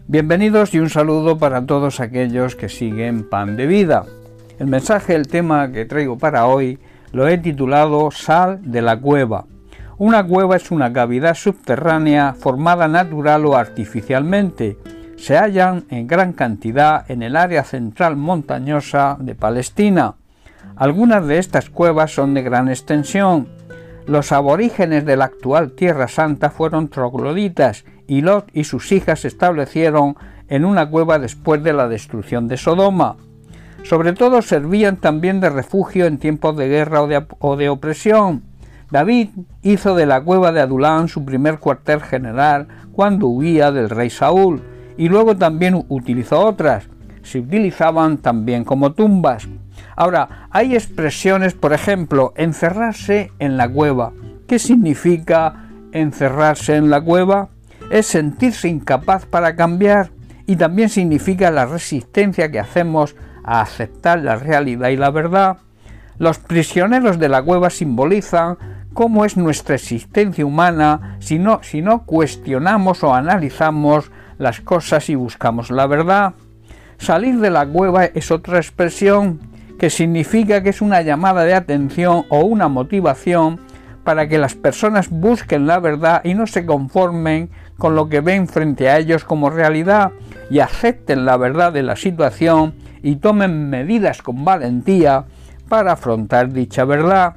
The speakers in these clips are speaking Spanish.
Bienvenidos y un saludo para todos aquellos que siguen Pan de Vida. El mensaje, el tema que traigo para hoy, lo he titulado Sal de la cueva. Una cueva es una cavidad subterránea formada natural o artificialmente. Se hallan en gran cantidad en el área central montañosa de Palestina. Algunas de estas cuevas son de gran extensión. Los aborígenes de la actual Tierra Santa fueron trogloditas y Lot y sus hijas se establecieron en una cueva después de la destrucción de Sodoma. Sobre todo servían también de refugio en tiempos de guerra o de opresión. David hizo de la cueva de Adulán su primer cuartel general cuando huía del rey Saúl, y luego también utilizó otras. Se utilizaban también como tumbas. Ahora, hay expresiones, por ejemplo, encerrarse en la cueva. ¿Qué significa encerrarse en la cueva? Es sentirse incapaz para cambiar, y también significa la resistencia que hacemos a aceptar la realidad y la verdad. Los prisioneros de la cueva simbolizan cómo es nuestra existencia humana si no cuestionamos o analizamos las cosas y buscamos la verdad. Salir de la cueva es otra expresión que significa que es una llamada de atención o una motivación para que las personas busquen la verdad y no se conformen con lo que ven frente a ellos como realidad y acepten la verdad de la situación y tomen medidas con valentía para afrontar dicha verdad.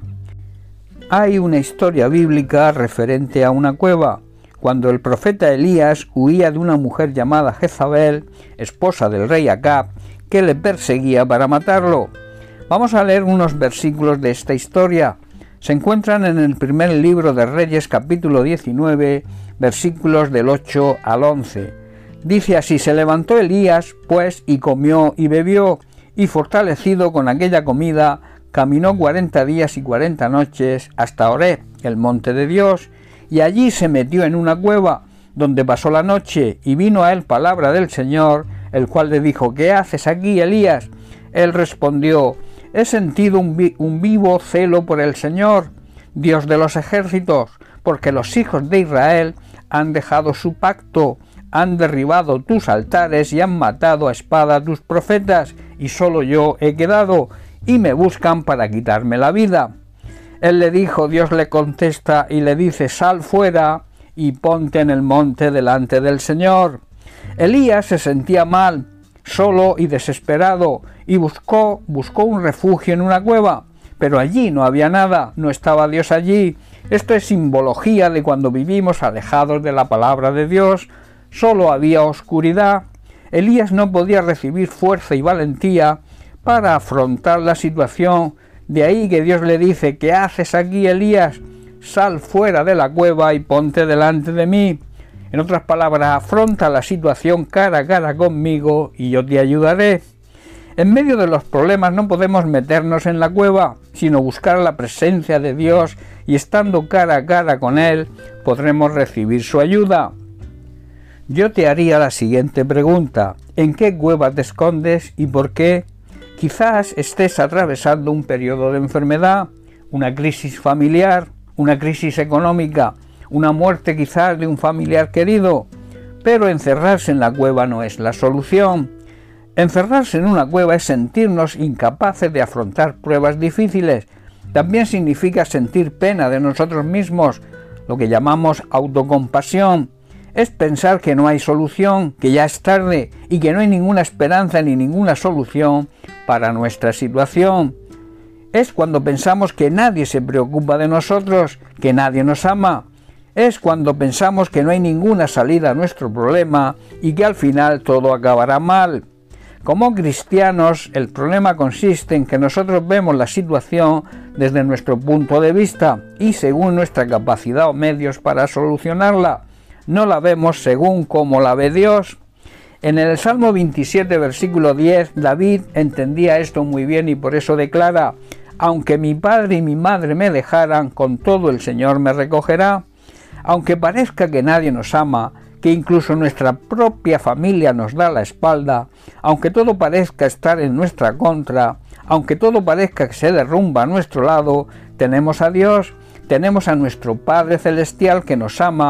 Hay una historia bíblica referente a una cueva. Cuando el profeta Elías huía de una mujer llamada Jezabel, esposa del rey Acab, que le perseguía para matarlo. Vamos a leer unos versículos de esta historia. Se encuentran en el primer libro de Reyes, capítulo 19, versículos del 8 al 11. Dice así: se levantó Elías, pues, y comió y bebió, y fortalecido con aquella comida, caminó 40 días y 40 noches hasta Horeb, el monte de Dios, y allí se metió en una cueva, donde pasó la noche, y vino a él palabra del Señor, el cual le dijo: ¿qué haces aquí, Elías? Él respondió: he sentido un vivo celo por el Señor, Dios de los ejércitos, porque los hijos de Israel han dejado su pacto, han derribado tus altares y han matado a espada a tus profetas, y solo yo he quedado, y me buscan para quitarme la vida. Él le dijo, Dios le contesta y le dice: sal fuera y ponte en el monte delante del Señor. Elías se sentía mal, solo y desesperado, y buscó un refugio en una cueva, pero allí no había nada, no estaba Dios allí. Esto es simbología de cuando vivimos alejados de la palabra de Dios, solo había oscuridad. Elías no podía recibir fuerza y valentía para afrontar la situación, de ahí que Dios le dice: ¿qué haces aquí, Elías? Sal fuera de la cueva y ponte delante de mí. En otras palabras, afronta la situación cara a cara conmigo y yo te ayudaré. En medio de los problemas no podemos meternos en la cueva, sino buscar la presencia de Dios, y estando cara a cara con Él, podremos recibir su ayuda. Yo te haría la siguiente pregunta: ¿en qué cueva te escondes y por qué? Quizás estés atravesando un periodo de enfermedad, una crisis familiar, una crisis económica, una muerte quizás de un familiar querido, pero encerrarse en la cueva no es la solución. Encerrarse en una cueva es sentirnos incapaces de afrontar pruebas difíciles. También significa sentir pena de nosotros mismos, lo que llamamos autocompasión. Es pensar que no hay solución, que ya es tarde y que no hay ninguna esperanza ni ninguna solución para nuestra situación. Es cuando pensamos que nadie se preocupa de nosotros, que nadie nos ama. Es cuando pensamos que no hay ninguna salida a nuestro problema y que al final todo acabará mal. Como cristianos, el problema consiste en que nosotros vemos la situación desde nuestro punto de vista y según nuestra capacidad o medios para solucionarla. No la vemos según cómo la ve Dios. En el Salmo 27, versículo 10, David entendía esto muy bien y por eso declara: aunque mi padre y mi madre me dejaran, con todo el Señor me recogerá. Aunque parezca que nadie nos ama, que incluso nuestra propia familia nos da la espalda, aunque todo parezca estar en nuestra contra, aunque todo parezca que se derrumba a nuestro lado, tenemos a Dios, tenemos a nuestro Padre Celestial que nos ama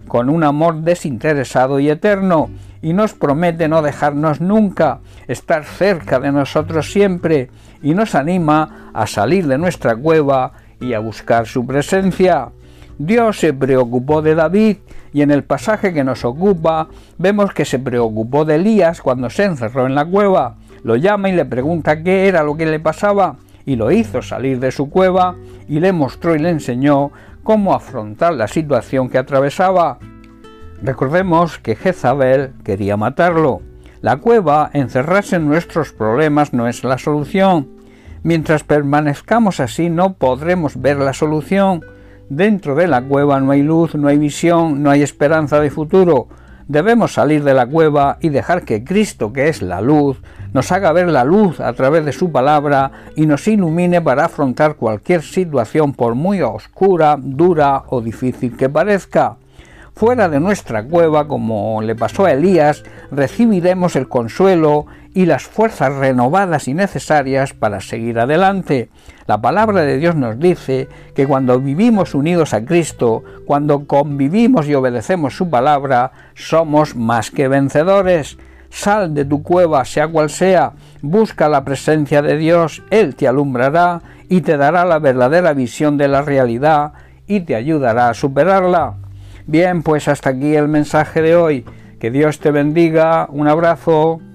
con un amor desinteresado y eterno, y nos promete no dejarnos nunca, estar cerca de nosotros siempre, y nos anima a salir de nuestra cueva y a buscar su presencia. Dios se preocupó de David, y en el pasaje que nos ocupa vemos que se preocupó de Elías cuando se encerró en la cueva. Lo llama y le pregunta qué era lo que le pasaba, y lo hizo salir de su cueva, y le mostró y le enseñó cómo afrontar la situación que atravesaba. Recordemos que Jezabel quería matarlo. La cueva, encerrarse en nuestros problemas, no es la solución. Mientras permanezcamos así no podremos ver la solución. Dentro de la cueva no hay luz, no hay visión, no hay esperanza de futuro. Debemos salir de la cueva y dejar que Cristo, que es la luz, nos haga ver la luz a través de su palabra y nos ilumine para afrontar cualquier situación, por muy oscura, dura o difícil que parezca. Fuera de nuestra cueva, como le pasó a Elías, recibiremos el consuelo y las fuerzas renovadas y necesarias para seguir adelante. La palabra de Dios nos dice que cuando vivimos unidos a Cristo, cuando convivimos y obedecemos su palabra, somos más que vencedores. Sal de tu cueva, sea cual sea, busca la presencia de Dios, Él te alumbrará y te dará la verdadera visión de la realidad y te ayudará a superarla. Bien, pues hasta aquí el mensaje de hoy. Que Dios te bendiga. Un abrazo.